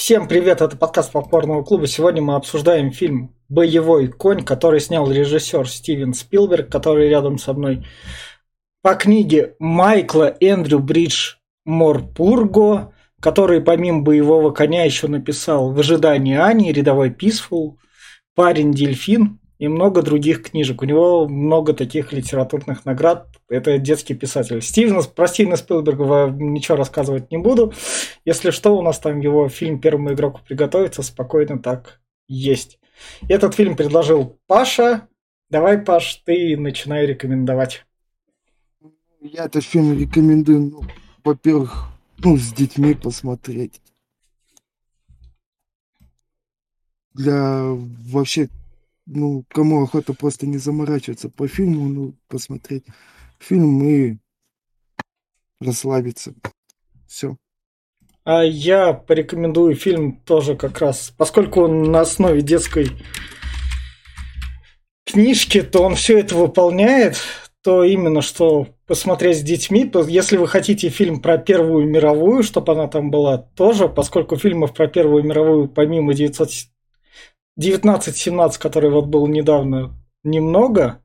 Всем привет, это подкаст Попкорного клуба. Сегодня мы обсуждаем фильм «Боевой конь», который снял режиссер Стивен Спилберг, который рядом со мной, по книге Майкла Эндрю Бриджмор-Пурго, который помимо «Боевого коня» еще написал «В ожидании Ани», «Рядовой Писфул», «Парень-дельфин» и много других книжек. У него много таких литературных наград. Это детский писатель. Про Стивена Спилберга вам ничего рассказывать не буду. Если что, у нас там его фильм «Первому игроку приготовиться» спокойно так есть. Этот фильм предложил Паша. Давай, Паш, ты начинай рекомендовать. Я этот фильм рекомендую, во-первых, с детьми посмотреть. Для вообще, кому охота просто не заморачиваться по фильму, посмотреть фильм и расслабиться. Все. А я порекомендую фильм тоже как раз, поскольку он на основе детской книжки, то он все это выполняет, то именно что посмотреть с детьми. Если вы хотите фильм про Первую мировую, чтобы она там была тоже, поскольку фильмов про Первую мировую помимо 1917, который вот был недавно, немного.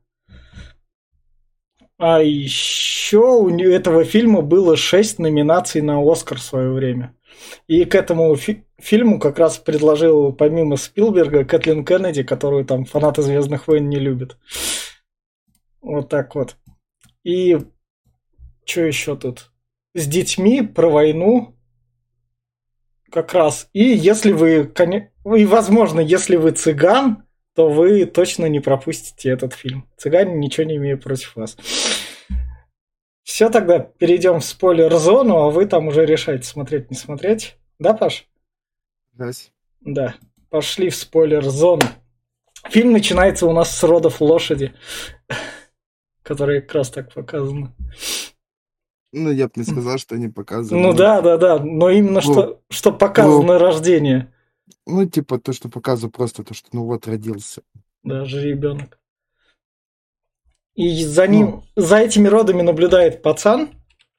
А еще у этого фильма было 6 номинаций на Оскар в свое время. И к этому фильму как раз предложил, помимо Спилберга, Кэтлин Кеннеди, которую там фанаты «Звездных войн» не любят. Вот так вот. И что еще тут? С детьми про войну как раз. И если вы, и возможно, если вы цыган, то вы точно не пропустите этот фильм. Цыгане ничего не имеют против вас. Все, тогда перейдем в спойлер-зону, а вы там уже решаете, смотреть, не смотреть. Да, Паш? Да. Пошли в спойлер-зону. Фильм начинается у нас с родов лошади, которые как раз так показаны. Я бы не сказал, что они показаны. Да. Но именно что показано рождение. То, что показывают просто то, что родился. Да, жеребенок. И за ним, за этими родами наблюдает пацан.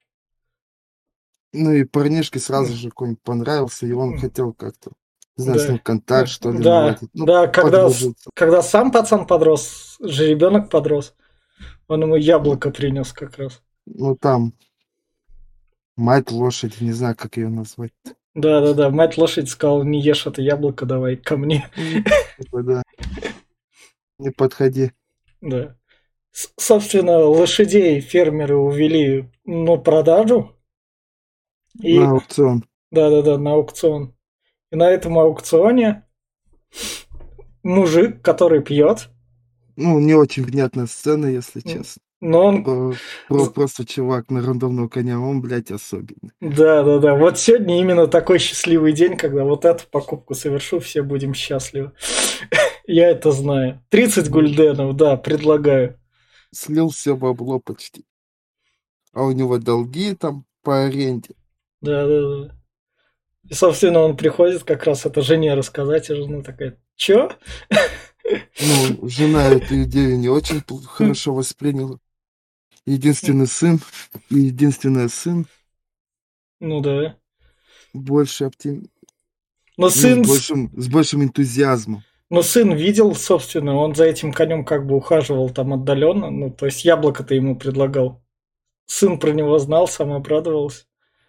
И парнишке сразу же какой-нибудь понравился, и он хотел как-то, не знаю, с ним контакт, что ли, наладить. Когда сам пацан подрос, жеребенок подрос, он ему яблоко принес как раз. Там мать лошади, не знаю, как ее назвать. Да. Мать лошадь сказала: не ешь это яблоко, давай ко мне. Да. Не подходи. Да. Собственно, лошадей фермеры увели на продажу. На аукцион. Да, на аукцион. И на этом аукционе мужик, который пьет. Не очень внятная сцена, если честно. Но он... Просто чувак на рандомного коня, он, блядь, особенный. Да. Вот сегодня именно такой счастливый день, когда вот эту покупку совершу, все будем счастливы. Я это знаю. 30 гульденов, да, предлагаю. Слил все бабло почти. А у него долги там по аренде. Да. И, собственно, он приходит как раз это жене рассказать, и жена такая: чё? Жена эту идею не очень хорошо восприняла. Единственный сын и единственный сын. Да. Больше оптимизм. Но сын... с большим энтузиазмом. Но сын видел, собственно, он за этим конем как бы ухаживал там отдаленно. То есть яблоко-то ему предлагал. Сын про него знал, сам обрадовался.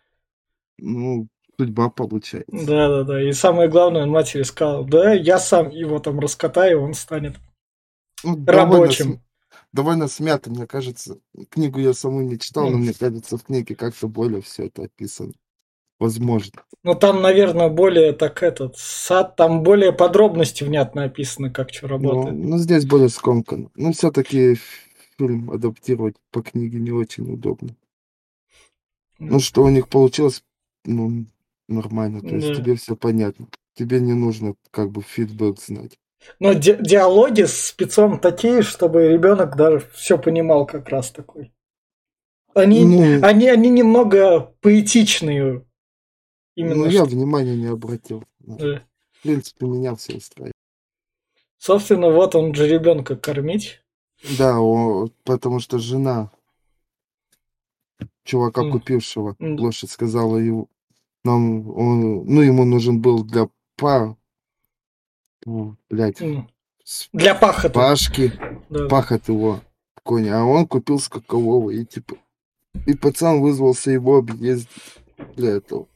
Судьба получается. Да. И самое главное, он матери сказал: да, я сам его там раскатаю, он станет рабочим. Довольно смято, мне кажется. Книгу я саму не читал, но мне кажется, в книге как-то более все это описано. Возможно. Там, наверное, более там более подробности внятно описаны, как что работает. Здесь более скомканно. Все-таки фильм адаптировать по книге не очень удобно. Что у них получилось, нормально. То есть тебе все понятно. Тебе не нужно как бы фидбэк знать. Но диалоги с спецом такие, чтобы ребенок даже все понимал как раз такой. Они немного поэтичные. Я внимания не обратил. В принципе, меня все устраивает. Собственно, вот он же ребенка кормить. Да, потому что жена чувака, купившего лошадь, сказала ему, Ну, ему нужен был для па, блядь, Ну, с для пахоты. пашки Да, да. пахать его коня, а он купил скакового, и типа, и пацан вызвался его объездить для этого.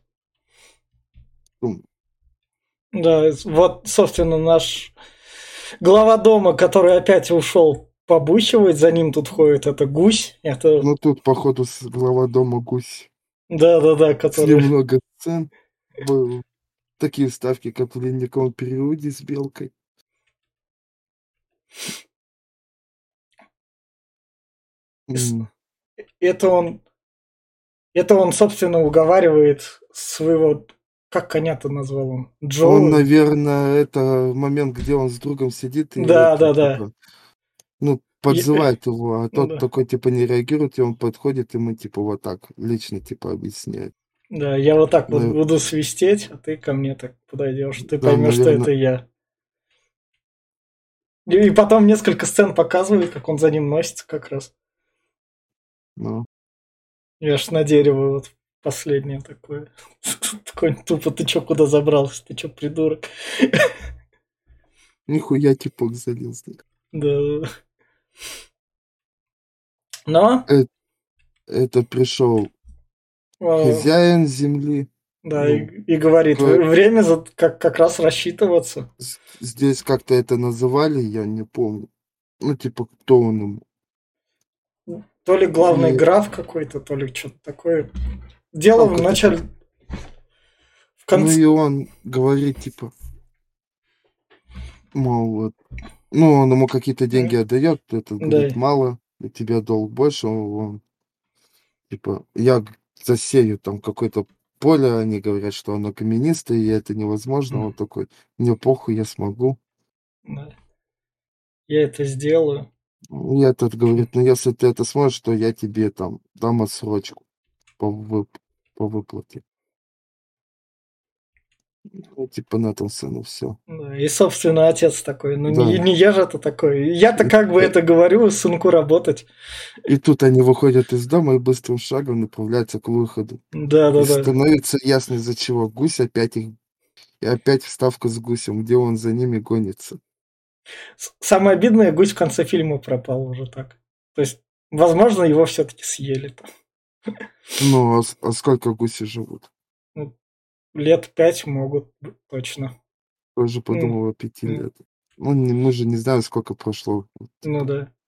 Ну, Да, вот, собственно, наш глава дома, который опять ушел побухивать, за ним тут ходит это гусь. Это, ну, тут, походу, глава дома гусь. да-да-да, С ним который... много сцен было. Такие вставки, как в ледниковом периоде с белкой. М. Это он, это он, собственно, уговаривает своего... Как коня-то назвал он? Он, Джоуи? наверное, это момент, где он с другом сидит и это, Да-да-да. типа, ну, подзывает его, а тот Да. такой, типа, не реагирует, и он подходит, и мы, типа, вот так лично, типа, объясняет. Да, я вот так вот На- буду свистеть, а ты ко мне так подойдешь. Ты Да, поймешь, что это наверное, я. И потом несколько сцен показывает, как он за ним носится как раз. ну, Я ж на дерево вот последнее такое. Такой тупо, ты чё куда забрался? Ты чё, придурок? нихуя типок залез. Да. Но, Э- Это пришел э, хозяин земли, да, ну, и говорит, к- время как раз рассчитываться. здесь как-то это называли, я не помню. Ну, типа, кто он ему. То ли главный И, граф какой-то, то ли что-то такое. Дело ну, в как это. начале, в Ну, конце... и он говорит, типа, мол, вот, ну, он ему какие-то деньги отдает, этот Да, говорит, мало, у тебя долг больше, типа, я засею там какое-то поле, они говорят, что оно каменистое, и это невозможно, он такой, мне похуй, я смогу. да, я это сделаю. И этот говорит, ну, если ты это сможешь, то я тебе там дам отсрочку по выплате. Ну, типа, на этом сцену все. Да, и, собственно, отец такой, ну не, Да. не я же это такой. Я-то И, как бы э, это говорю, сынку работать. и тут они выходят из дома и быстрым шагом направляются к выходу. И Да-да-да. становится ясно, из-за чего гусь опять их... И опять вставка с гусем, где он за ними гонится. Самое обидное, гусь в конце фильма пропал уже так. То есть, возможно, его все-таки съели там. Ну, а сколько гуси живут? Ну, лет 5 могут быть, точно. Тоже М, подумал о 5 м, лет. Ну, мы же не знаем, сколько прошло. Ну Типа, да.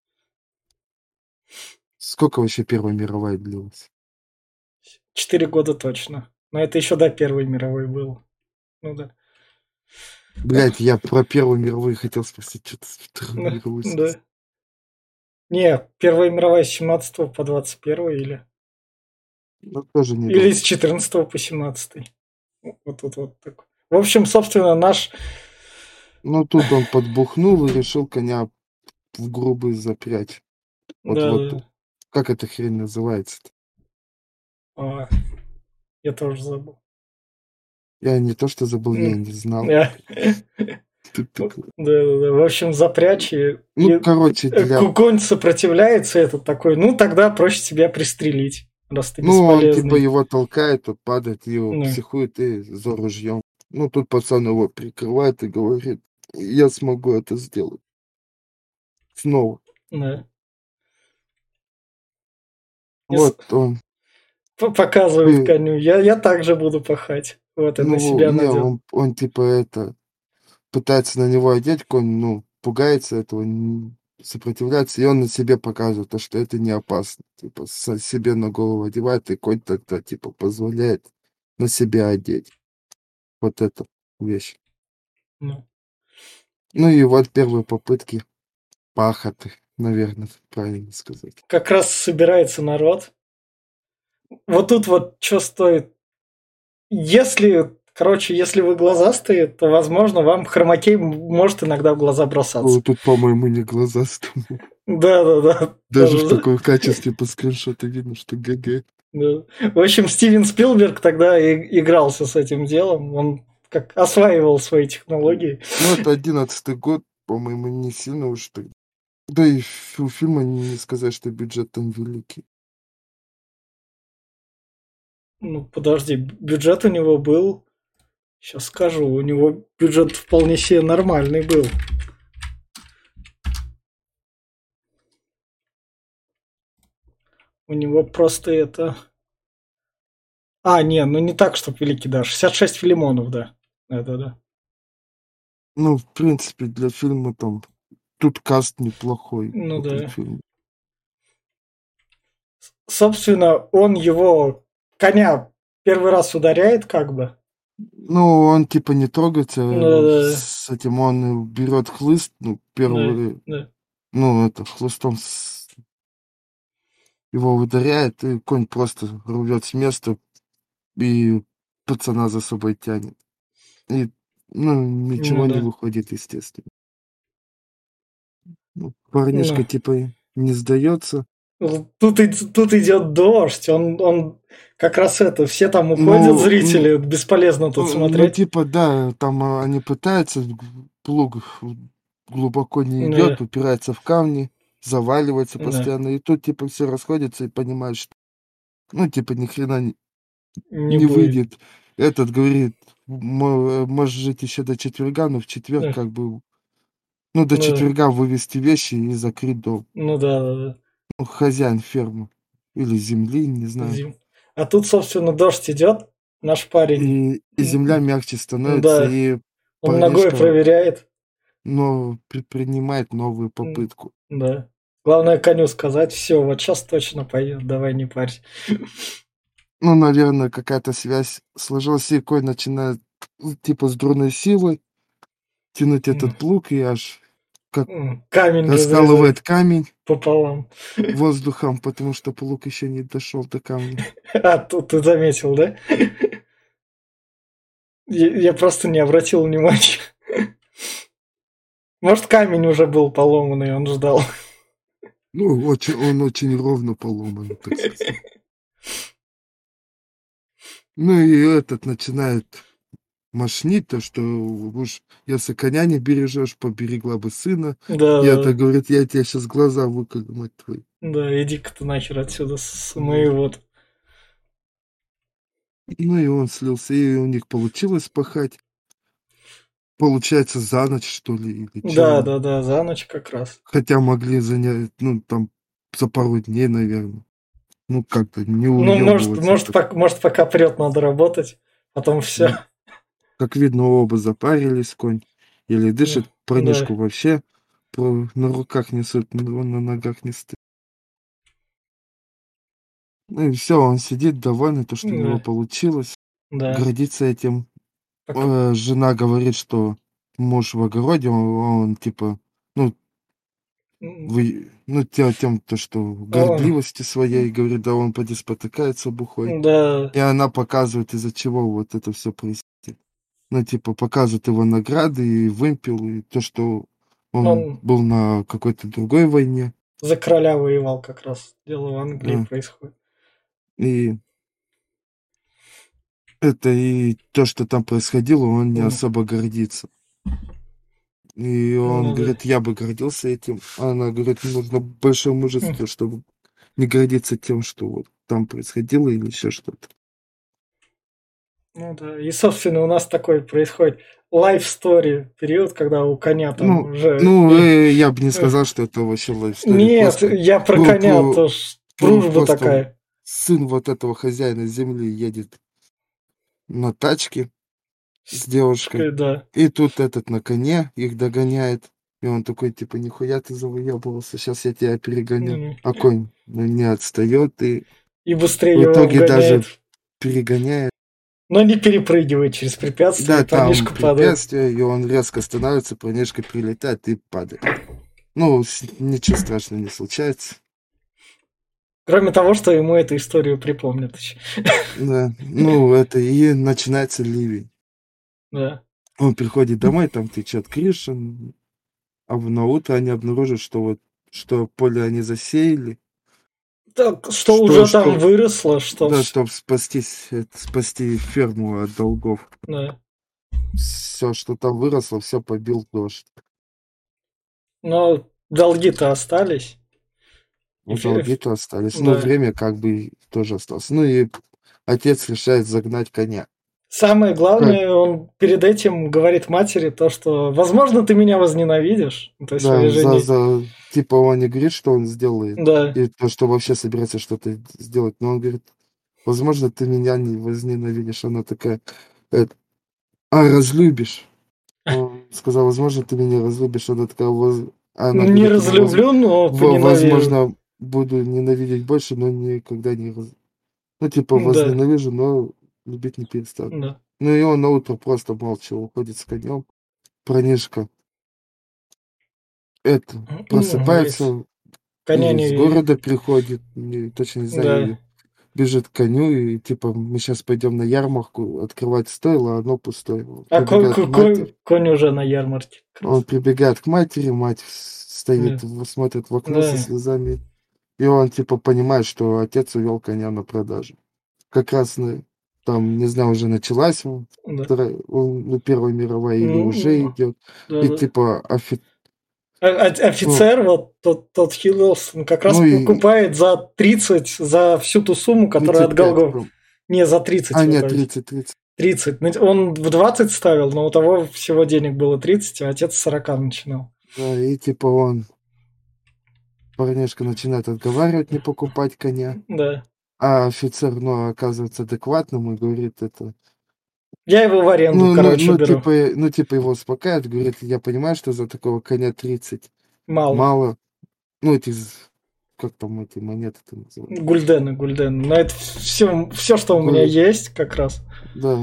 сколько вообще Первая мировая длилась? 4 года точно. Но это еще до Первой мировой было. Ну да. Блять, я про Первую мировую хотел спросить, что-то Вторую Да. мировую спросить. Да. Не, Первая мировая с 17 по 21 или... Ну, тоже Или недолго. с 14 по 17. Вот тут вот так. В общем, собственно, наш... Ну, тут он подбухнул и решил коня в грубый запрячь. Вот в Да, эту. да. Как эта хрень называется-то? А, я тоже забыл. Я не то что забыл, я и М, не знал. Да. Тут Да, такое. да, да. В общем, запрячь Ну, короче, конь сопротивляется, этот такой, ну тогда проще тебя пристрелить, раз ты Ну, он типа бесполезный. его толкает, тот падает, его Ну, психует и за ружьем. Ну, тут пацан его прикрывает и говорит, я смогу это сделать. Снова. да. И Вот он. показывает И, коню, я также буду пахать. Вот, я на ну, себя не, надел. он типа это, пытается на него одеть, конь, ну, пугается этого, сопротивляется, и он на себе показывает, то, что это не опасно. Типа, себе на голову одевает, и конь тогда, типа, позволяет на себя одеть. Вот эта вещь. Ну. Ну и вот первые попытки пахоты, наверное, правильно сказать. Как раз собирается народ. Вот тут вот что стоит. Если вы глазастые, то, возможно, вам хромакей может иногда в глаза бросаться. Тут, по-моему, не глазастому. Да-да-да. Даже в Да-да-да. таком качестве по скриншоту видно, что ГГ. Да. В общем, Стивен Спилберг тогда игрался с этим делом. Он как осваивал свои технологии. Ну, это 11-й год, по-моему, не сильно уж так. Да и у фильма не сказать, что бюджет там великий. Ну, подожди, бюджет у него был... Сейчас скажу, у него бюджет вполне себе нормальный был. У него просто это... не, ну не так, чтоб великий, да. 66 филимонов, да. Да. Ну, в принципе, для фильма там... Тут каст неплохой Ну для да. фильма. Собственно, он его коня первый раз ударяет, как бы. Ну, он типа не трогается Да, с этим, он берет хлыст, ну, да, первый, да, ну, это, хлыстом его ударяет, и конь просто рвет с места, и пацана за собой тянет. И, ну, ну ничего не да. выходит, естественно. Ну, Ну. парнишка типа не сдается. Тут идет дождь, он как раз это, все там уходят, Ну, зрители, бесполезно тут ну, смотреть. типа, да, там они пытаются, плуг глубоко не Да, идет, упирается в камни, заваливается да, постоянно, и тут, типа, все расходятся и понимают, что, ну, типа, ни хрена не не будет. выйдет. Этот говорит, можешь жить еще до четверга, но в четверг, Да, как бы, ну, до ну, четверга вывести вещи и закрыть дом. ну да. Ну, хозяин фермы или земли, не знаю. Зим. А тут, собственно, дождь идет, наш парень, И земля мягче становится, да, и он ногой парнишка, проверяет, но предпринимает новую попытку. да. Главное коню сказать, все, вот сейчас точно пойдет, давай не парься. Ну, наверное, какая-то связь сложилась, и конь начинает, типа, с дурной силой тянуть М, этот плуг, и аж как Камень разрезает раскалывает камень пополам. воздухом, потому что плуг еще не дошел до камня. А, тут ты заметил, да? Я просто не обратил внимания. Может, камень уже был поломанный, он ждал. Ну, он очень ровно поломан, так сказать. Ну и этот начинает мошнить, то, что уж если коня не бережешь, поберегла бы сына. И это Да, говорит, я тебе сейчас глаза выколю, мать твою. иди-ка ты нахер отсюда с моего. Ну и он слился, и у них получилось пахать. Получается, за ночь, что ли, или Да, чем. да, да, за ночь как раз. Хотя могли занять, ну, там, за пару дней, наверное. Ну, как-то не Ну, уебываться. может, пока прет, надо работать, потом все. Как видно, оба запарились, конь. Еле Да, дышит, да, парнишку вообще на руках несут, он на ногах не стоит. Ну и все, он сидит довольный, то, что у него да, получилось. да. Гордится этим. Пока- Жена говорит, что муж в огороде, он типа, ну, ну, тем, то, что О, гордливости своей, говорит, да он поди спотыкается бухой. да, И она показывает, из-за чего вот это все происходит. Ну, типа, показывает его награды и вымпел, и то, что он он был на какой-то другой войне. за короля воевал как раз. Дело в Англии А, происходит. И это и то, что там происходило, он не М, особо гордится. И он Ну да. говорит, я бы гордился этим. А она говорит, нужно большое М, мужество, чтобы не гордиться тем, что вот там происходило или еще что-то. Ну да. И, собственно, у нас такой происходит life story период, когда у коня там Ну, уже... ну, я бы не э, сказал, что это вообще life story. Нет, Просто, я про про, коня про, тоже. Дружба просто такая. сын вот этого хозяина земли едет на тачке с девушкой. Да. И тут этот на коне их догоняет. И он такой, типа, нихуя ты завоебывался, сейчас я тебя перегоню. М. А конь не отстает и И быстрее в его итоге даже обгоняет. перегоняет. Но не перепрыгивает через препятствия, и Да, там парнишка падает. препятствие, и он резко становится, парнишка прилетает и падает. Ну, ничего страшного не случается. Кроме того, что ему эту историю припомнят еще. Да, ну, это и начинается ливень. Да. Он приходит домой, там течет крыша, а на утро они обнаружат, что вот, что поле они засеяли, Так, что что, уже там что, выросло, что... да, чтобы спасти ферму от долгов. Да. Все, что там выросло, все побил дождь. Но долги-то остались. И Ну, долги-то остались. Ну, да. время как бы тоже осталось. Ну и отец решает загнать коня. Самое Как? главное, он перед этим говорит матери то, что, возможно, ты меня возненавидишь, то есть своей Да, жене. типа он не говорит, что он сделает, Да. и то, что вообще собирается что-то сделать, но он говорит, возможно, ты меня не возненавидишь. Она такая, разлюбишь. Он сказал, возможно, ты меня разлюбишь. Она такая, она Не говорит ему, разлюблю, но поненавижу. возможно, буду ненавидеть больше, но никогда не ну, типа, Да, возненавижу, но любить не перестану. да. Ну, и он наутро просто молча уходит с конем. Парнишка Весь. просыпается, Коня из не... города приходит, точно не знаю, Да. и бежит к коню, и типа, мы сейчас пойдем на ярмарку открывать стойло, а оно пустое. А Прибегает к матери, конь уже на ярмарке как он раз. прибегает к матери, мать стоит, Да. смотрит в окно со Да. слезами, и он типа понимает, что отец увел коня на продажу. Как раз там, не знаю, уже началась Да. Первая мировая или уже идет, Да, и да. типа, ну, Офицер, вот тот Хиддлстон, как раз ну и покупает за 30, за всю ту сумму, которая от 35, Голгоф. Не, за 30 нет, вроде. 30. 30. Он в 20 ставил, но у того всего денег было 30, а отец с 40 начинал. Да, и типа парнишка начинает отговаривать не покупать коня, Да. а офицер, оказывается адекватным и говорит это, Я его в аренду, беру. типа его успокаивает, говорит, я понимаю, что за такого коня 30 Мало. мало, эти, как там эти монеты-то называются? Гульдены. Но это все, что у меня Гуль- есть, как раз. Да,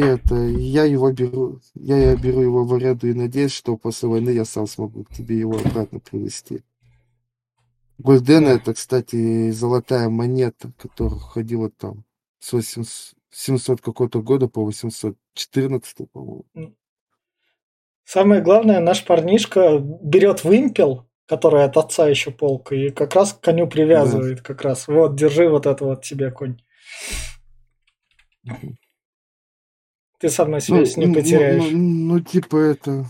я беру его в аренду и надеюсь, что после войны я сам смогу к тебе его обратно привезти. Гульден Да. это, кстати, золотая монета, которая ходила там с 700 какого-то года по 814, по-моему. Самое главное, наш парнишка берет вымпел, который от отца еще полка, и как раз к коню Да. привязывает. Как раз. Вот, держи вот это вот тебе, конь. Мгм. Ты со мной связь не потеряешь. Типа это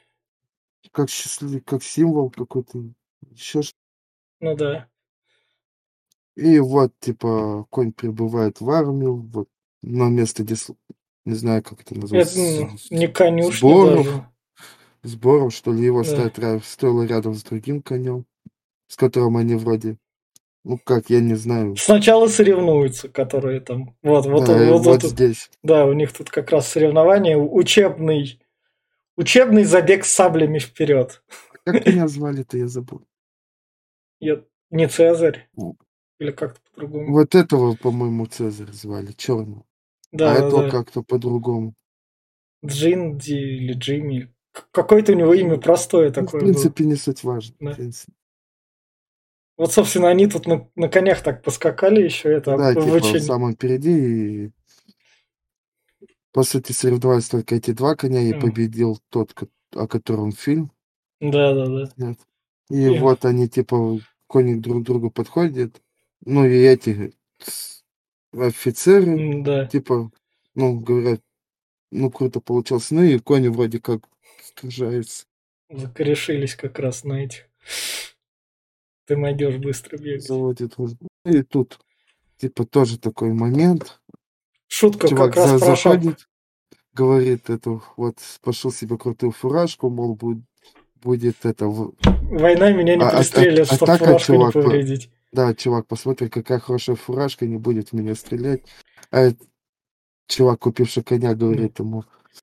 как символ какой-то, еще что. Ну да. И вот, типа, конь прибывает в армию, вот на место, не знаю, как это назвать, Это не конюшня сборов, даже. что ли, его Да. стоило рядом с другим конем, с которым они вроде, как, я не знаю, Сначала соревнуются, которые там. да, и вот Тут. здесь. Да, у них тут как раз соревнование. Учебный забег с саблями вперед. Как коня звали-то, я забыл. Не Цезарь. Ну, Или как-то по-другому. Вот этого, по-моему, Цезарь звали, черного. А Да, да, этого да. как-то по-другому. Джинди или Джимми. Какое-то у него имя простое Ну, в такое было. принципе, не суть важно. В Да. принципе. Вот, собственно, они тут на конях так поскакали еще это Да, в типа, в учении. самом впереди, и, по сути, соревновались только эти два коня, и победил тот, о котором фильм Да, да, да. снят. И вот они, типа, кони друг к другу подходят, и эти офицеры, Да. типа, говорят, круто получилось. Ну, и кони вроде как сражаются. Закорешились как раз на этих. Ты могешь быстро бегать. Заводит дружбу. И тут, типа, тоже такой момент. Шутка как Чувак раз про шапку. заходит, говорит эту, вот, пошел себе крутую фуражку, мол, будет это... Война меня не пристрелит, чтоб атака, фуражку не чувак. повредить. Да, чувак, посмотри, какая хорошая фуражка, не будет в меня стрелять. А чувак, купивший коня, говорит ему,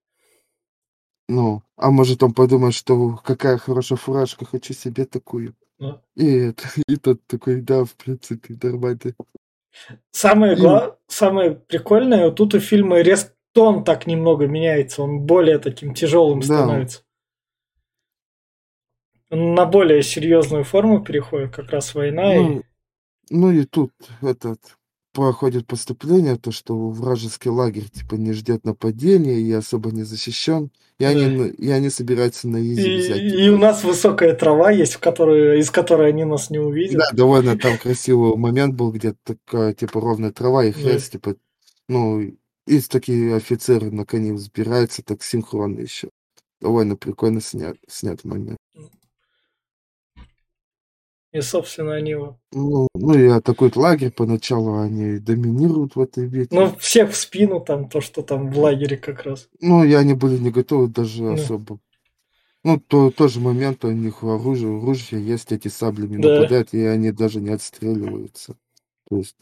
а может он подумает, что какая хорошая фуражка, хочу себе такую. Да. И тот такой, да, в принципе, нормально. И, Самое прикольное, тут у фильма рестон так немного меняется, он более таким тяжелым да, становится. Он на более серьезную форму переходит, как раз война. и тут проходит поступление, то, что вражеский лагерь, типа, не ждет нападения и особо не защищен, и они собираются на изи взять. И у нас высокая трава есть, из которой они нас не увидят. Да, довольно там красивый момент был, где такая, типа, ровная трава, и хрест, типа, и такие офицеры на коне взбираются, так синхронно еще. Довольно прикольно снят момент. И, собственно, они вот... Ну и атакуют лагерь поначалу, они доминируют в этой битве. Ну, всех в спину там, то, что там в лагере как раз. Ну, и они были не готовы даже Да, особо. Ну, тоже момент, у них оружие есть, эти саблями да. нападают, и они даже не отстреливаются. То есть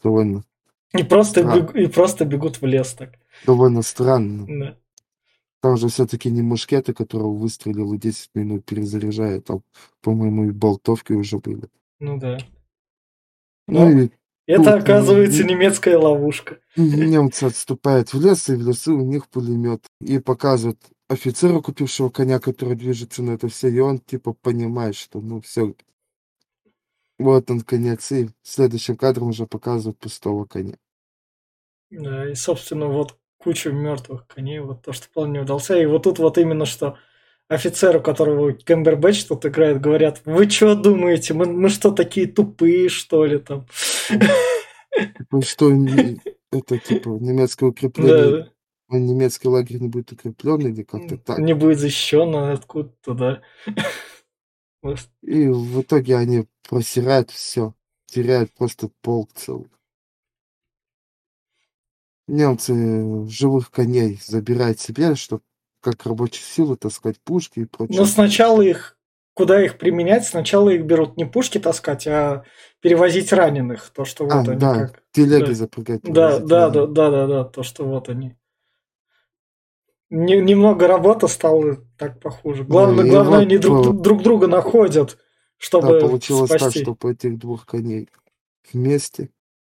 И просто бегут в лес так. довольно странно. Да, Там же все-таки не мушкеты, которого выстрелил и 10 минут перезаряжает. Там, по-моему, и болтовки уже были. ну да. Ну Но и это, тут оказывается, немецкая ловушка. немцы отступают в лес, и в лесу у них пулемет. И показывают офицера, купившего коня, который движется на это все, и он типа понимает, что ну все, вот он конец. И следующим кадром уже показывают пустого коня. Да, и, собственно, вот кучу мертвых коней, вот то, что план не удался. И вот тут вот именно что офицеру, которого Кэмбербэтч тут играет, говорят: вы что думаете, мы что, такие тупые, что ли, там? Типа, что это типа немецкое укрепление, Да, немецкий лагерь не будет укреплен или как-то так. не будет защищен откуда-то, да. Вот. И в итоге они просирают все, теряют просто полк целый. Немцы живых коней забирают себе, чтобы как рабочую силу таскать пушки и Но прочее. сначала их, куда их применять, сначала их берут не пушки таскать, а перевозить раненых. То, что вот они Да, как... телеги Да, запрягать, да, привозить да, да, раненых. да, да, да, то, что вот они. Немного работа стала так похуже. Да, и Главное, вот, они друг друга находят, да, чтобы получилось так, спасти. что этих двух коней вместе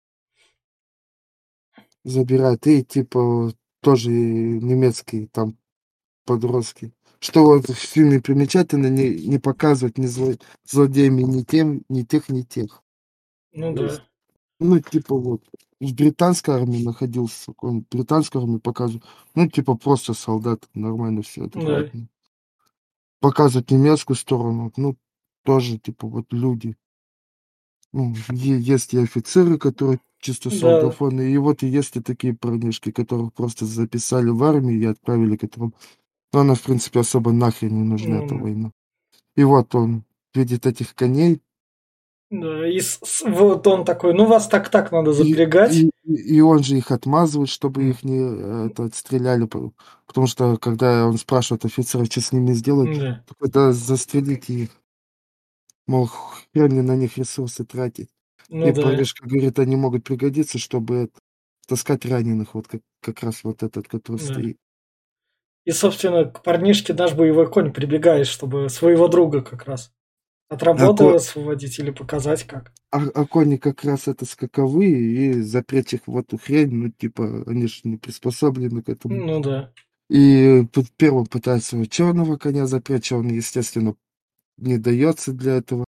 забирают. И типа тоже немецкий там подростки. Что вот в фильме примечательно, не показывать ни злодеями ни тем, ни тех, ни тех. Ну То есть, да, ну, типа вот, в британской армии находился, он в британской армии показывает, ну, типа просто солдат, нормально все да, адекватно. Показывать немецкую сторону, ну, тоже, типа, вот люди. Ну, есть и офицеры, которые чисто да, солдафоны, и вот и есть и такие парнишки, которых просто записали в армию и отправили, которым, ну, она, в принципе, особо нахрен не нужна, эта ну, война. И вот он видит этих коней, да. И вот он такой: ну вас так надо и, запрягать. и он же их отмазывает, чтобы М, их не отстреляли, потому что когда он спрашивает офицера, что с ними сделать, Да, так это застрелить их, мол, хрен ли на них ресурсы тратить. ну И да, парнишка говорит, они могут пригодиться, чтобы таскать раненых, вот как раз вот этот, который да. стоит. И, собственно, к парнишке наш боевой конь прибегает, чтобы своего друга как раз от А, работы ко- освободить или показать как. а кони как раз это скаковые, и запрячь их в эту хрень, ну, типа, они же не приспособлены к этому. Ну да, И первым пытается черного коня запрячь, а он, естественно, не дается для этого.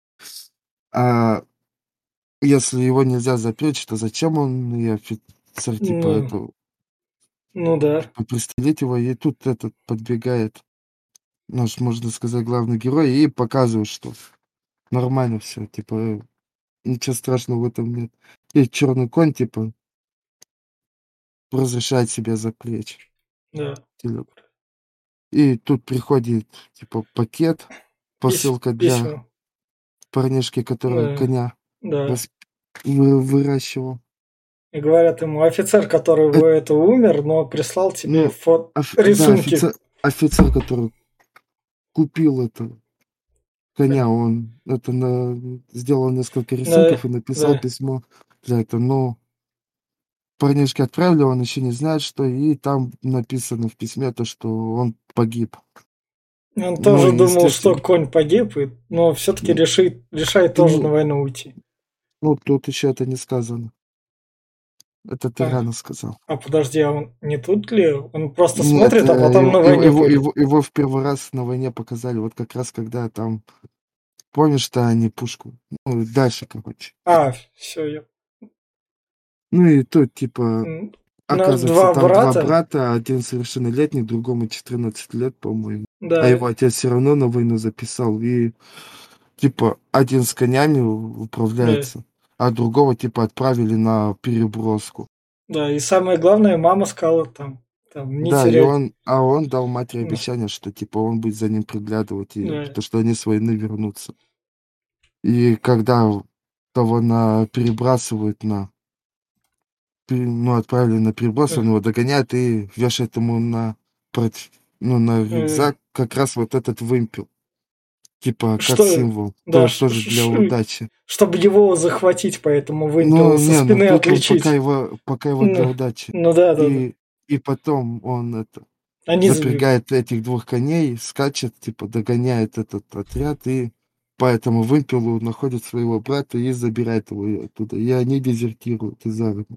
А если его нельзя запрячь, то зачем он и офицер, типа, ну, это, ну да, типа, пристрелить его, и тут этот подбегает наш, можно сказать, главный герой, и показывает, что нормально все, типа, ничего страшного в этом нет. И черный конь, типа, разрешает себя запрячь. да. Телёг. И тут приходит, типа, пакет, посылка для Письма. парнишки, который Да, коня да. вос выращивал. И говорят ему: офицер, который Эт это умер, но прислал тебе ну, да, рисунки. офицер, который купил это Да, коня, он это сделал несколько да, рисунков и написал да. письмо для этого. Но парнишке отправили, он еще не знает, что, и там написано в письме то, что он погиб. Он Ну, тоже и думал, что естественно, конь погиб, но все-таки ну, решает тоже на ну, войну уйти. ну, тут еще это не сказано. Это ты А, рано сказал. подожди, а он не тут ли? Он просто Нет, смотрит, а потом на войне пойдет. его в первый раз на войне показали, вот как раз когда там, помнишь, что они пушку, ну, дальше, короче. Все, я... Ну и тут, типа, На оказывается, два там два брата, брата, один совершеннолетний, другому 14 лет, по-моему. А да, его отец все равно на войну записал. И, типа, один с конями да, управляется, а другого, типа, отправили на переброску. да, и самое главное, мама сказала там не Да, и терять. он дал матери Да, обещание, что, типа, он будет за ним приглядывать, и да. то, что они с войны вернутся. И когда того перебрасывают отправили на переброс, он его догоняет и вешает ему на Э, рюкзак как раз вот этот вымпел. Типа как Что, символ. да, Тоже для удачи. чтобы его захватить по этому вымпелу Ну, и со не, ну спины тут он отличить. пока его для Ну, удачи. ну да, да, да. И потом он Они запрягает этих двух коней, скачет, типа догоняет этот отряд и по этому вымпелу находит своего брата и забирает его оттуда. И они дезертируют из армии.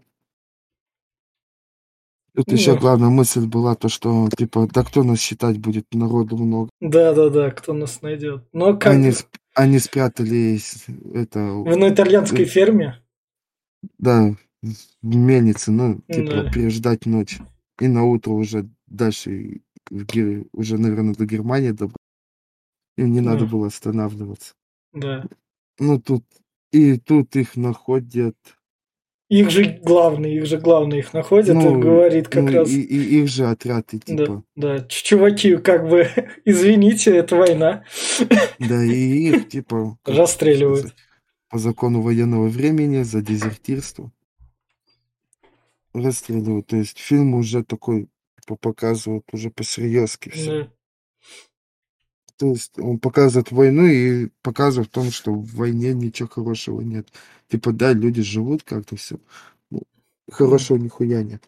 Тут еще ну, главная мысль была то, что типа, да кто нас считать будет, народу много. да, да, да, кто нас найдет. Но как Они, бы сп- они спрятались, это, на итальянской э, ферме. да, в мельнице, ну, типа, Да, переждать ночь. И на утро уже дальше, уже, наверное, до Германии добраться. Им не надо ну, было останавливаться. да. Ну, тут их находят, Их же главный их находит и ну, говорит как ну раз, и их же отряд, и да, типа, да, чуваки, как бы, извините, это война. да, и их, типа, как Расстреливают. сказать, по закону военного времени за дезертирство расстреливают. То есть фильм уже такой, типа, показывают уже по-серьезки все. Да. То есть он показывает войну и показывает в том, что в войне ничего хорошего нет. Типа, да, люди живут как-то все. Хорошего нихуя нет.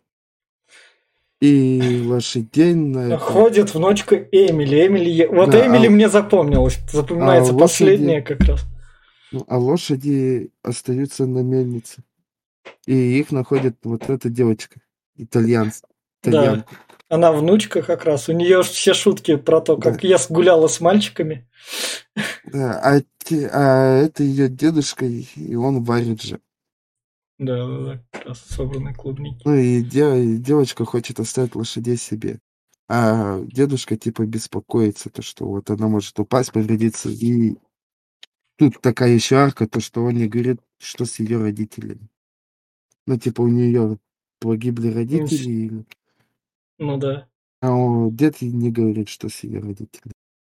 И лошадей на это. Ходит внучка Эмили. Вот Да, Эмили мне запомнилась. а Запоминается лошади, последняя как раз. а лошади остаются на мельнице. И их находит вот эта девочка, Да. итальянка. Она внучка как раз. У нее все шутки про то, Да, как я гуляла с мальчиками. да, это ее дедушка, и он варит же. Да, да, да. Как раз собранные клубники. Ну и девочка хочет оставить лошадей себе. А дедушка типа беспокоится, то что вот она может упасть, повредиться. И тут такая еще арка, то что он не говорит, что с ее родителями. Ну типа у нее погибли родители, Ну да. дед ей не говорит, что с ее родителями.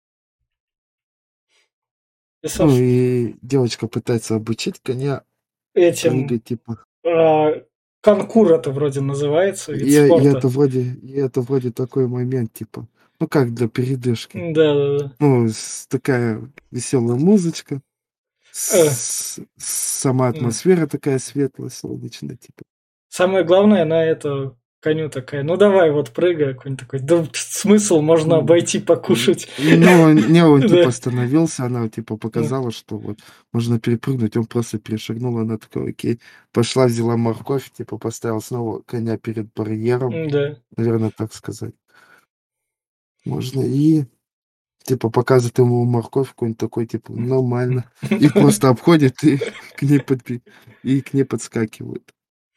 И, Ну собственно, и девочка пытается обучить коня этим прыгать, типа. конкур это вроде называется, вид И спорта. это вроде такой момент, типа, ну как для передышки. Да, да, да. Ну, такая веселая музычка. Э, Сама м. атмосфера такая светлая, солнечная, типа. Самое главное, она это коню такая, ну давай, вот прыгай, какой-нибудь такой, да смысл, можно М, обойти, покушать. Ну, не, он типа Да. остановился, она типа Ну, показала, что вот можно перепрыгнуть, он просто перешагнул, она такая, окей, пошла, взяла морковь, типа поставила снова коня перед барьером, да. наверное, так сказать. Можно и типа показывает ему морковь какой-нибудь такой, типа, нормально. И просто обходит и к ней подскакивает.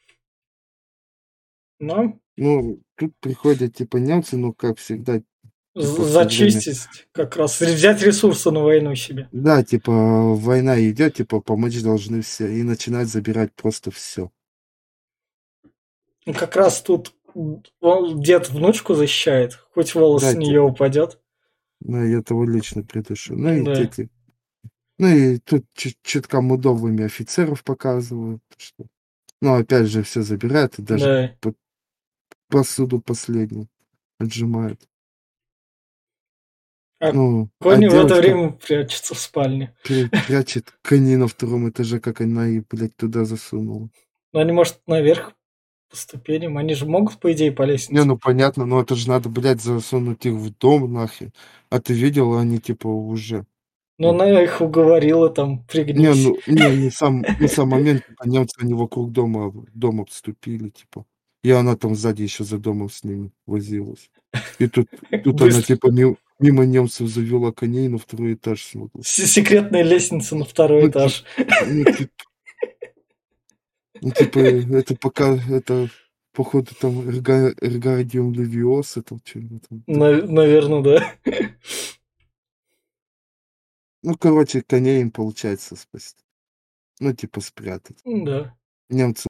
Но Ну, тут приходят, типа, немцы, ну, как всегда, типа, в то время. зачистить как раз, взять ресурсы на войну себе. Да, типа, война идет, типа, помочь должны все. И начинают забирать просто все. Ну, как раз тут дед внучку защищает, хоть волос Да, с нее упадет. ну, я того лично придушу. Да, Ну, и тут чутка мудовыми офицеров показывают, что... Ну, опять же, все забирают и даже да. посуду последнюю отжимают. А Ну, а Кони в это девочка время прячется в спальне. прячет коней на втором этаже, как она и, блядь, туда засунула. Но они, может, наверх по ступеням. Они же могут, по идее, по Не, лестнице. ну понятно, но это же надо, блядь, засунуть их в дом нахер. А ты видел, они типа уже. Но Ну, она их уговорила там, не, пригнись. ну, не сам момент, типа, немцы, они вокруг дом обступили, типа. И она там сзади еще за домом с ними возилась. И тут она, Быстро. типа, мимо немцев завела коней на второй этаж смогла. Секретная лестница на второй Ну, типа, этаж. ну, типа, это пока, это, походу, там Эргардиум Левиоса, там что-то там такое. Наверное, да. Ну, короче, коней им получается спасти. Ну, типа, спрятать. Да. Немцы.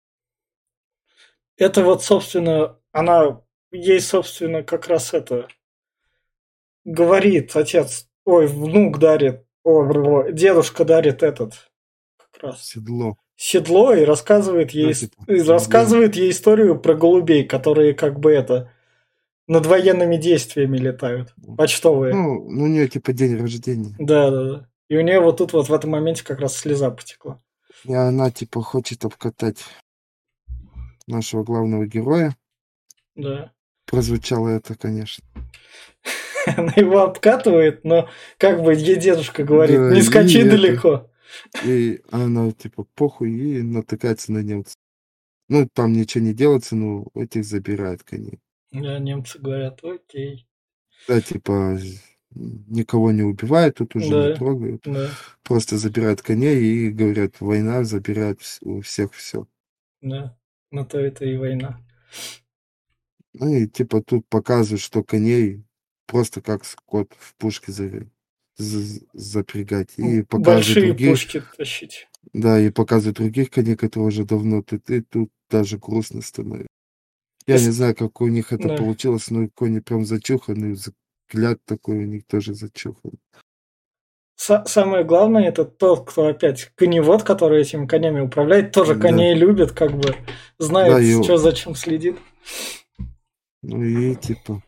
Это вот, собственно, она ей, собственно, как раз это говорит отец, ой, внук дарит Дедушка дарит как раз Седло. седло и рассказывает Да, ей, типа, рассказывает ей историю про голубей, которые как бы над военными действиями летают. Почтовые. ну, у нее типа день рождения. Да, да, да. И у нее вот тут вот в этом моменте как раз слеза потекла. И она типа хочет обкатать нашего главного героя. Да. Прозвучало это, конечно. Она его обкатывает, но как бы ей дедушка говорит, Да, не скачи далеко. И она типа похуй и натыкается на немца. Ну, там ничего не делается, но этих забирают коней. Да, немцы говорят, окей. Да, типа никого не убивают, тут уже не Да, трогают. да, Просто забирают коней и говорят, война забирает у всех все. да. На то это и война. Ну и типа тут показывают, что коней просто как скот в пушке запрягать. И показывают Большие другие, пушки тащить. да, и показывают других коней, которые уже давно тут, и тут даже грустно становится. Я не знаю, как у них это Да. получилось, но кони прям зачуханы, взгляд такой у них тоже зачухан. Самое главное, это тот, кто опять коневод, который этими конями управляет, тоже Да, коней любит, как бы да, знает, и, что зачем следит. ну и типа...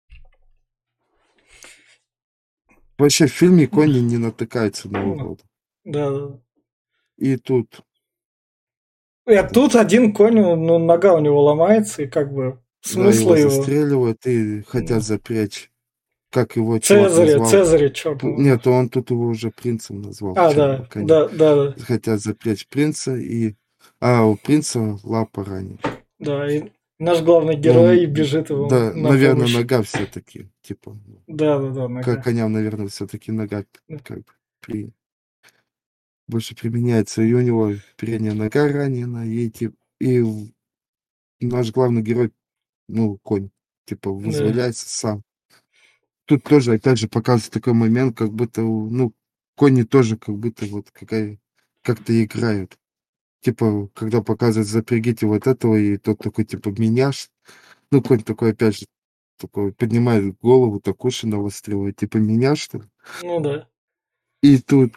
Вообще в фильме кони не натыкаются на урода. Да, да. И тут... И тут один конь, ну, нога у него ломается, и как бы Да, смысла его его. застреливают и хотят Да. запрячь. Как его чувак назвал? Цезаря черного. Нет, он тут его уже принцем назвал, А, черного да, коня. да, да, Хотят запрячь принца и... А, у принца лапа ранит. да. И наш главный Ну, герой бежит его да, на наверное, помощь. нога все-таки, типа, Да, да, да, нога. коням, наверное, все-таки нога Да. как бы больше применяется. И у него передняя нога ранена, и наш главный герой, ну, конь, типа, Да. вызволяется сам. Тут тоже, опять же, показывает такой момент, как будто, ну, кони тоже как будто вот как-то играют. Типа, когда показывают, запрягите вот этого, и тот такой, типа, меня, ну, конь такой, опять же, такой поднимает голову, так уши навостривает, типа, меня, что ли? Ну да. И тут,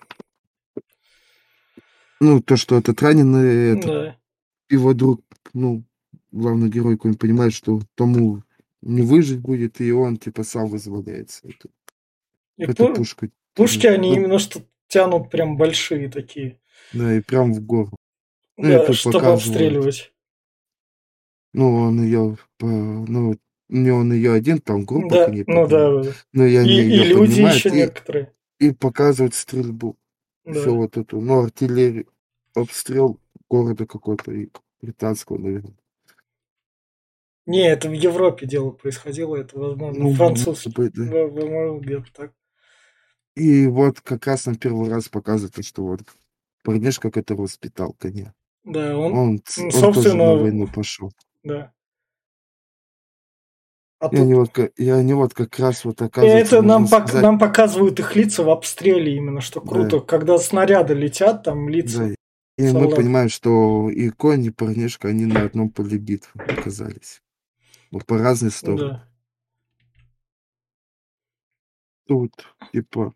ну, то, что этот раненый, Да. его друг, ну, главный герой, конь понимает, что тому не выжить будет, и он, типа, сам вызволяется. И Эту пушку пушки, тянет. они Ну, именно что тянут прям большие такие. да, и прям в гору. Ну, и Да, тут чтобы показывают, обстреливать. ну, он ее, ну, не он ее один, там группа к Да, ней ну да, поднимает, да, да. но и они И ее люди еще поднимают, некоторые. и показывают стрельбу. Все Да. вот эту, ну, артиллерию, обстрел города какой-то, британского, наверное. Не, это в Европе дело происходило, это, возможно, Ну, может французский. быть, да. Возможно, где-то так. И вот как раз на первый раз показывает, что вот парнишка, который воспитал коня, Да, он тоже на собственно, войну пошел. да. А И они тут вот как раз вот оказывается, это можно сказать, нам показывают их лица в обстреле именно, что да, круто. Когда снаряды летят, там да. лица И мы солдат. понимаем, что и конь, и парнишка, они на одном поле битвы оказались. Вот по разные стороны. Да. Тут, типа,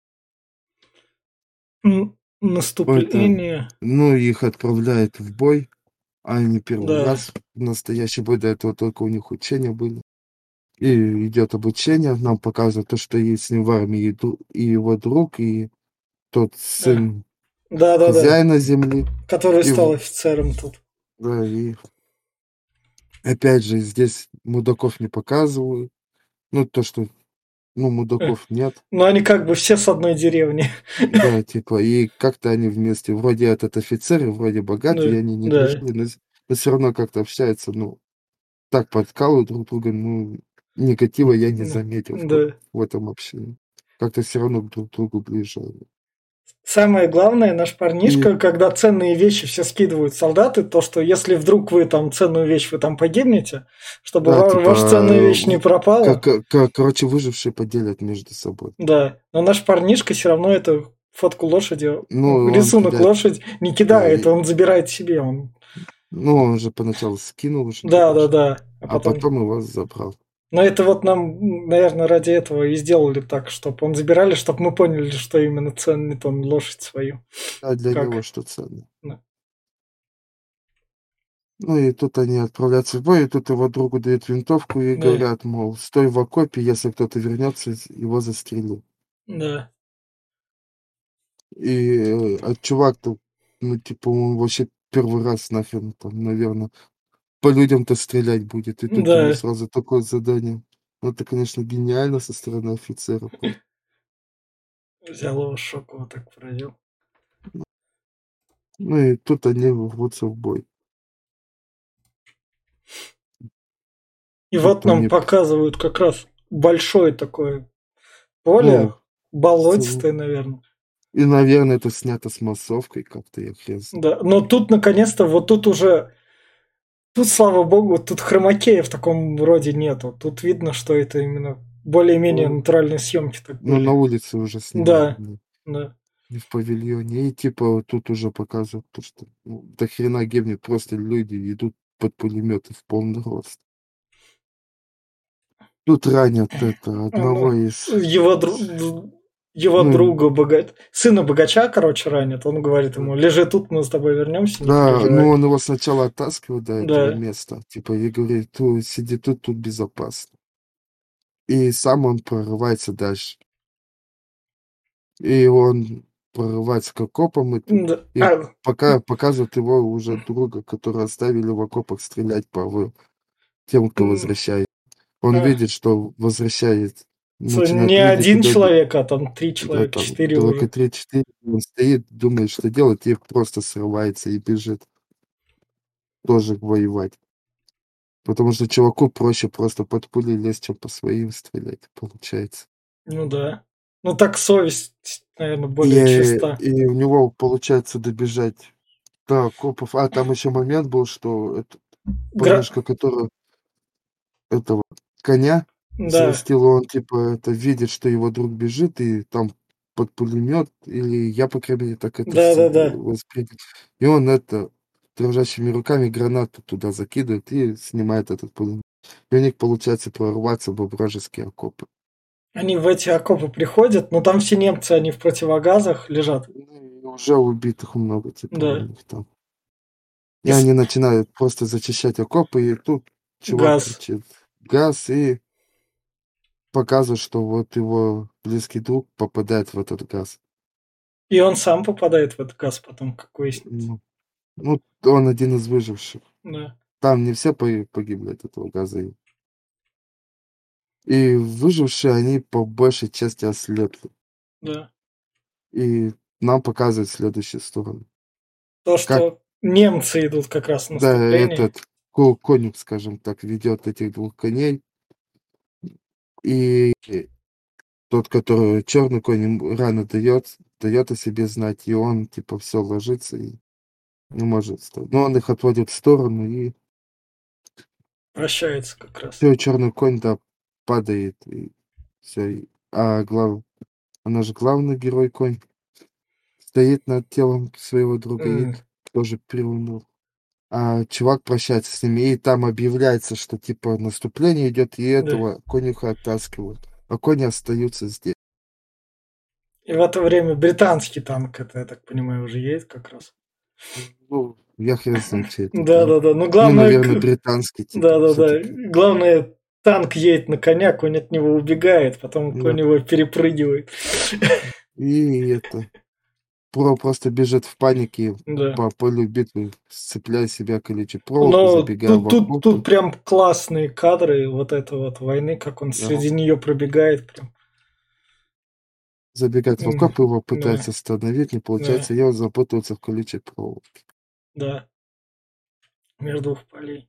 это, Наступление. ну, их отправляют в бой, а они первый Да. раз в настоящий бой, до этого только у них учения были. И идет обучение, нам показывают то, что есть с ним в армии и его друг, и тот Да. сын Да, да, да. хозяина земли. Который И, стал офицером тут. да, и опять же здесь мудаков не показывают. Ну, то, что, ну, Э, мудаков нет. Но они как бы все с одной деревни. Да, типа, и как-то они вместе, вроде этот офицер, и вроде богатый, и Да, они не да, дружили, но все равно как-то общаются, ну, так подкалывают друг друга, ну, негатива я не да, заметил да. в этом общении. Как-то все равно друг к другу ближе. Самое главное, наш И парнишка, когда ценные вещи все скидывают солдаты, то, что если вдруг вы там ценную вещь, вы там погибнете, чтобы да, ваша ценная вещь не типа, пропала. короче, выжившие поделят между собой. Да, но наш парнишка все равно эту фотку лошади, Ну, он рисунок кидает, лошади не да, кидает, он забирает себе. Он... ну, он же поначалу скинул уже Да, туда да, же, да. А а потом, потом его забрал. Но это вот нам, наверное, ради этого и сделали так, чтобы он забирали, чтобы мы поняли, что именно ценит он лошадь свою. А для него Как? что ценно. Да. Ну и тут они отправляются в бой, и тут его другу дают винтовку и Да. говорят, мол, стой в окопе, если кто-то вернется, его застрели. Да. И чувак-то, ну, типа, он вообще первый раз нахрен там, наверное, по людям-то стрелять будет. И тут ему Да. сразу такое задание. Ну, это, конечно, гениально со стороны офицера. Просто. Взял его шок, вот так поразил. Ну и тут они рвутся в бой. И Тут вот нам они, показывают как раз большое такое поле, ну, болотистое, наверное. и, наверное, это снято с массовкой как-то, я хрен знает. Да, но тут наконец-то, вот тут уже, тут, слава богу, тут хромакея в таком роде нету. Тут видно, что это именно более-менее Ну, натуральные съемки так ну, на были. улице уже снимали, Да, да. не в павильоне. И типа вот тут уже показывают то, что ну, до хрена гибнет, просто люди идут под пулеметы в полный рост. Тут ранят это одного из... Его, его Ну, друга, сына богача, короче, ранят. Он говорит ему, лежи тут, мы с тобой вернемся, не да, ну переживай. он его сначала оттаскивает до этого Да, места, типа, и говорит, сиди тут, тут безопасно. И сам он прорывается дальше. И он прорывается к окопам, да. и пока показывают его уже друга, который оставили в окопах стрелять по тем, кто возвращает. Он видит, что возвращает, начинает Не видеть один туда, человек, а там 3 да, человека, там 4 только уже. 3-4, он стоит, думает, что делать, и просто срывается и бежит тоже воевать. Потому что чуваку проще просто под пули лезть, чем по своим стрелять, получается. Ну да. Ну так совесть, наверное, И, более чиста. и у него получается добежать до окопов. А там еще момент был, что этот парнишка, который этого коня Да, взрастил, он типа это видит, что его друг бежит, и там под пулемет, или я, по крайней мере, так это да-да-да. воспринял. И он это дрожащими руками гранату туда закидывает и снимает этот пулемет. И у них получается прорваться в вражеские окопы. Они в эти окопы приходят, но там все немцы, они в противогазах лежат. Ну, и уже убитых много, типа, у Да. них там. И И они начинают просто зачищать окопы, и тут чувак газ. кричит газ и показывает, что вот его близкий друг попадает в этот газ. И он сам попадает в этот газ потом, как выяснится. Ну, он один из выживших. Да, Там не все погибли от этого газа. И выжившие, они по большей части ослепли. да. И нам показывают следующую сторону. То, Как, что немцы идут как раз в да, наступление. этот конюх, скажем так, ведет этих двух коней. И тот, который черный конь, им рано дает о себе знать, и он, типа, все ложится и не может встать. Но он их отводит в сторону, и Прощается как раз. все, черный конь, да, падает, и все. А она же главный герой конь, стоит над телом своего друга и М, тоже приуныл. А чувак прощается с ними, и там объявляется, что, типа, наступление идет, и Да. этого конюха оттаскивают. А кони остаются здесь. И в это время британский танк, это, я так понимаю, уже едет как раз. Ну, я хрен знает, чей это танк. Да-да-да. Ну, Ну, главное, наверное, британский, типа, да-да-да. все-таки. Главное, танк едет на коня, конь от него убегает, потом Да. конь его перепрыгивает. И это просто бежит в панике Да. по полю битвы, сцепляя себя колючей проволоку, Но забегая в тут окопы. прям классные кадры вот этой вот войны, как он Да. среди нее пробегает. Прям. Забегает в окопы, его Да, пытается остановить, не да, получается, и он запутывается в колючей проволоке. да. Между двух полей.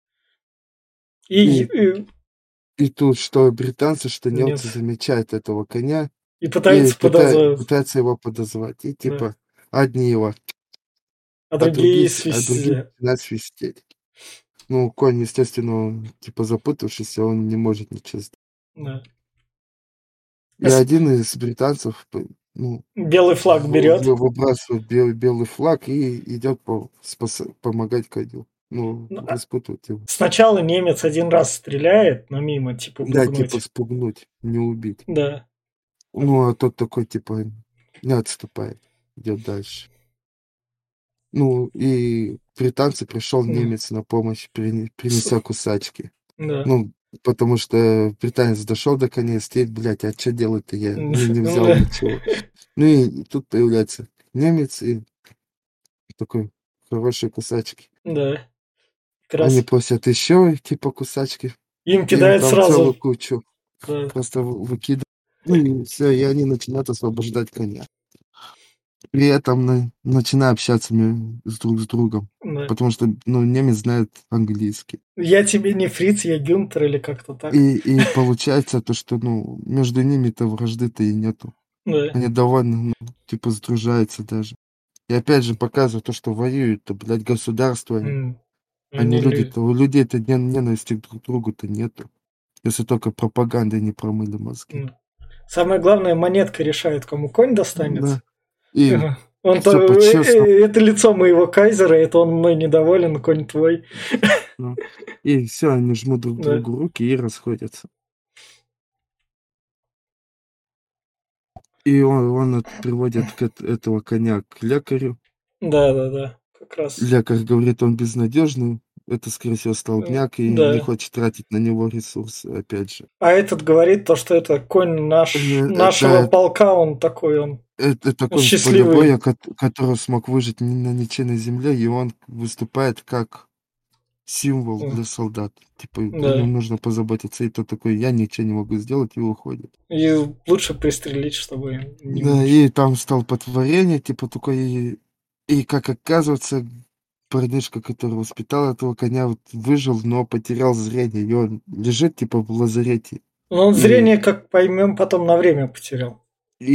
И, И и тут что британцы, что немцы немцы. замечают этого коня И и пытаются подозвать. пытаются его подозвать. И Да. типа одни его, А а другие, другие а другие свистят. начинают свистеть. Ну, конь, естественно, он, типа запутавшийся, он не может ничего сделать. Да. И один из британцев, ну, Белый флаг берет. выбрасывает белый флаг и идет помогать коню. Ну, распутывать его. Сначала немец один раз стреляет, но мимо, типа, Да, пугнуть. типа спугнуть, не убить. Да. Ну, а тот такой, типа, не отступает, идет дальше. Ну, и британцу пришел немец на помощь, принеся кусачки. Да. Ну, потому что британец дошел до коня и стоит, блядь, а что делать-то я не взял ничего. Ну и тут появляется немец и такой хорошие кусачки. Да. Они просят еще, типа, кусачки. Им кидают там сразу. целую кучу. Да. Просто выкидывают. Ну и все, и они начинают освобождать коня. При этом начинаю общаться друг с другом. Да. Потому что, ну, немец знает английский. Я тебе не фриц, я Гюнтер или как-то так. И получается то, что, ну, между ними-то вражды-то и нету. Да. Они довольно, ну, типа, сдружаются даже. И опять же показывают то, что воюют-то, блядь, государства. А не люди-то. У людей-то ненависти друг к другу-то нету. Если только пропагандой не промыли мозги. Самое главное, монетка решает, кому конь достанется. Да. И он-то, это лицо моего кайзера, это он мной недоволен, конь твой. И все, они жмут друг другу руки и расходятся. И он приводит этого коня к лекарю. Да, как раз. Лекарь говорит, он безнадежный. Это, скорее всего, столбняк, и не хочет тратить на него ресурсы, опять же. А этот говорит то, что это конь нашего полка, он такой, он это конь с поля боя, который смог выжить на ничейной земле, и он выступает как символ для солдат. Типа, о нем нужно позаботиться, и тот такой, я ничего не могу сделать, и уходит. И лучше пристрелить, чтобы не Да, и там столпотворение, типа, такой, и как оказывается, парнишка, который воспитал этого коня, вот выжил, но потерял зрение, и он лежит, типа, в лазарете. Но он зрение, как поймем, потом на время потерял.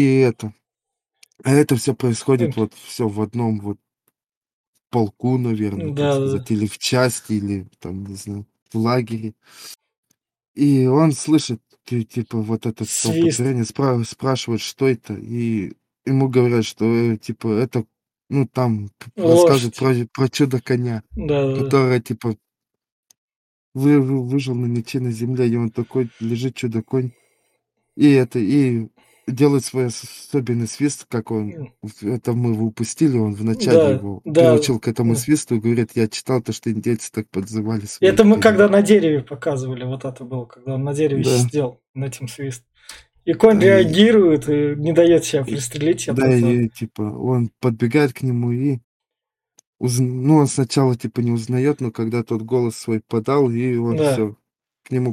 А это все происходит вот все в одном вот полку, наверное, так сказать, или в части, или там, не знаю, в лагере. И он слышит, типа, вот этот столпотворение, спрашивает, что это, и ему говорят, что, типа, это, ну, там рассказывают про чудо коня, которое, типа, выжил на ничейной земле, и он такой, лежит чудо-конь, и делает свой особенный свист, как он, это мы его упустили, он вначале его приучил к этому свисту и говорит, я читал то, что индейцы так подзывали своих Это мы коней. когда на дереве показывали, вот это было, когда он на дереве сидел, на этим свист. И конь реагирует и не дает себя пристрелить. И типа он подбегает к нему и он сначала типа не узнает, но когда тот голос свой подал, и он все к нему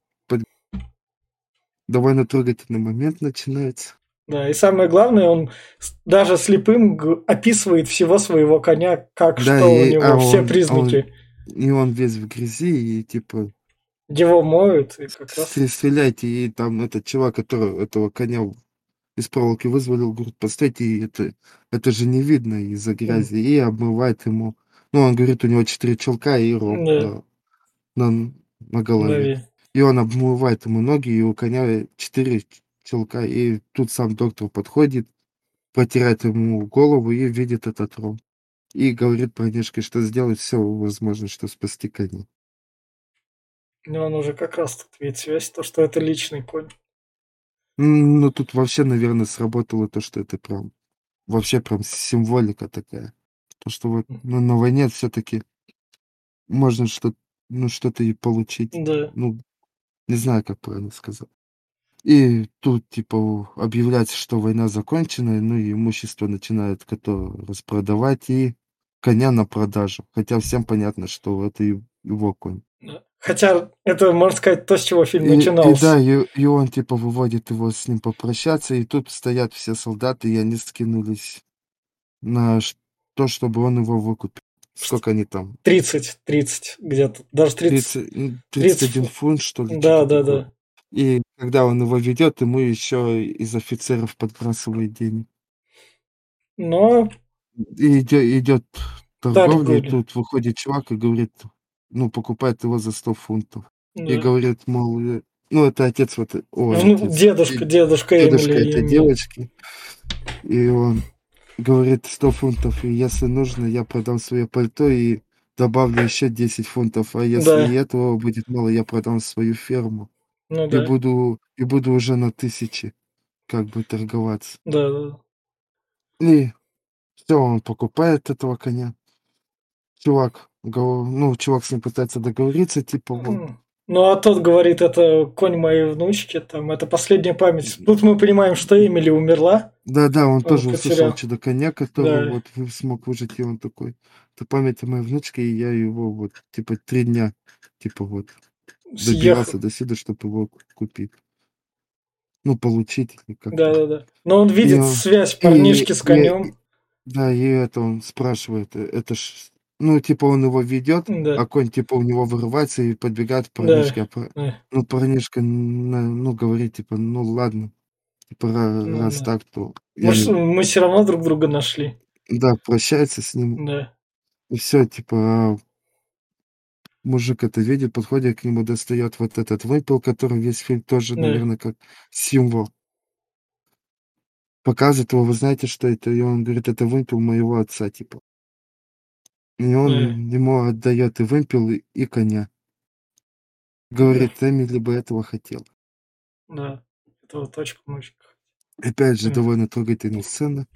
довольно трогательный момент начинается. Да, и самое главное, он даже слепым описывает всего своего коня, как что у него, все признаки. И он весь в грязи, и типа... Его моют, и как раз... Стреляйте, и там этот чувак, который этого коня из проволоки вызволил, говорит, постойте, и это же не видно из-за грязи, и обмывает ему... Ну, он говорит, у него 4 чулка и рог на голове. И он обмывает ему ноги, и у коня 4 чулка, и тут сам доктор подходит, протирает ему голову и видит этот рог. И говорит парнишке, что сделать все возможное, чтобы спасти коня. Ну, он уже как раз тут видит связь, то, что это личный конь. Ну, тут вообще, наверное, сработало то, что это прям вообще прям символика такая. То, что вот на войне все-таки можно что-то и получить. Да. Ну, не знаю, как правильно сказать. И тут, типа, объявляется, что война закончена, ну и имущество начинают распродавать, и коня на продажу. Хотя всем понятно, что это его конь. Хотя это, можно сказать, то, с чего фильм начинался. И он, типа, выводит его с ним попрощаться, и тут стоят все солдаты, и они скинулись на то, чтобы он его выкупил. Сколько они там? 30 где-то. Даже 31 фунт, что ли? Да. И когда он его ведет, ему еще из офицеров подбрасывает денег. Но... И идет торговля, и тут выходит чувак и говорит, ну, покупает его за 100 фунтов. Да. И говорит, мол, это отец вот... Дедушка этой девочки. И он говорит 100 фунтов, и если нужно, я продам свое пальто, и добавлю еще 10 фунтов, а если и Да, этого будет мало, я продам свою ферму ну и да, буду уже на тысячи как бы торговаться. да, да. И все, он покупает этого коня. Чувак с ним пытается договориться, типа вот. Ну, а тот говорит, это конь моей внучки, там, это последняя память. Тут мы понимаем, что Эмили умерла, Да-да, он он тоже услышал потерял. чудо-коня, который Да, вот смог выжить, и он такой: "Это память о моей внучке", и я его вот, типа, 3 дня, типа, вот съехал. добирался до сюда, чтобы его купить. Ну, получить или как-то. Да-да-да. Но он И видит он связь и парнишки с и конем. да, и это он спрашивает, это ж ну, типа, он его ведет, Да, а конь, типа, у него вырывается и подбегает к да, парнишке, да, парнишка, говорит, типа: "Ну ладно, типа, ну раз да. так, то я не". Мы все равно друг друга нашли. Да, прощается с ним, Да, и всё, типа, мужик это видит, подходит к нему, достает вот этот вымпел, который весь фильм тоже, да, наверное, как символ. Показывает его: "Вы знаете, что это?" И он говорит: "Это вымпел моего отца", типа. И да, он ему отдает и вымпел, и коня. да, Говорит: "Эмили бы этого хотела". да. Это вот очень помочь. Опять же, довольно трогательная сцена.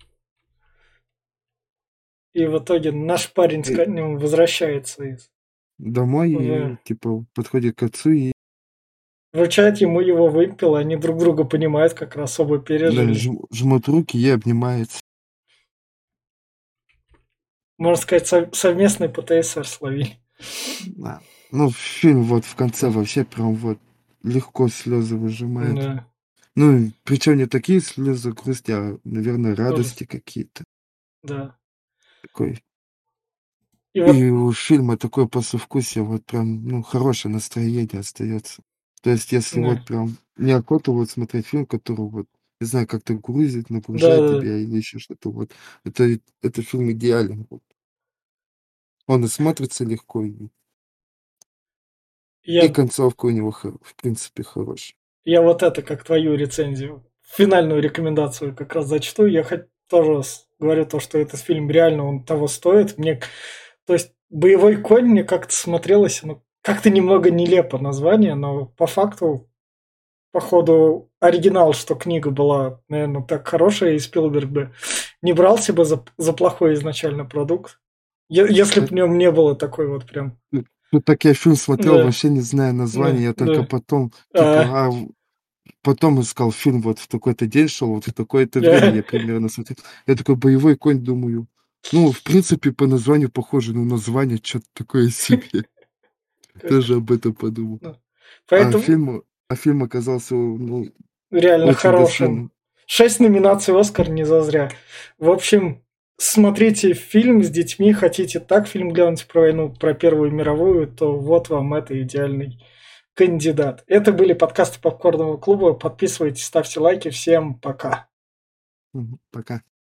И в итоге наш парень с И конем возвращается из домой, в и, типа, подходит к отцу и, вручает ему его вымпел, они друг друга понимают, как раз оба да, пережили. жмут руки и обнимаются. Можно сказать, совместный ПТСР словили. Да. Ну, фильм вот в конце вообще прям вот легко слезы выжимает. Да, Ну, причем не такие слезы грусти, а, наверное, грусть, радости какие-то. да. Такой. И вот, И у фильма такое послевкусие, вот прям, ну, хорошее настроение остается. То есть, если вот да, прям неохота вот смотреть фильм, который вот, не знаю, как-то грузит, да, нагружает да. тебя или еще что-то, вот, это фильм идеален. Вот. Он и смотрится легко, и Я, концовка у него, в принципе, хорошая. я вот это, как твою рецензию, финальную рекомендацию как раз зачту. Я тоже говорю то, что этот фильм реально он того стоит. То есть «Боевой конь» мне как-то смотрелось, ну, как-то немного нелепо название, но по факту, походу, оригинал, что книга была, наверное, так хорошая, и Спилберг бы не брался бы за плохой изначально продукт, если бы Э, в нем не было такой вот прям... ну, так я фильм смотрел, Да, вообще не зная да, названия, я только да. потом, А, типа, потом искал фильм, вот в такой-то день шел, вот в такое-то время я примерно смотрел. Я такой: "Боевой конь", думаю. Ну, в принципе, по названию похоже, но название чё-то такое себе. Тоже об этом подумал. да. А Поэтому фильм фильм оказался, ну, реально очень хорошим. достойным. 6 номинаций «Оскар» не зазря. В общем, смотрите фильм с детьми, хотите так фильм глянуть про войну, про Первую мировую, то вот вам это идеальный кандидат. Это были подкасты Попкорного клуба. Подписывайтесь, ставьте лайки. Всем пока. Мгм. Пока.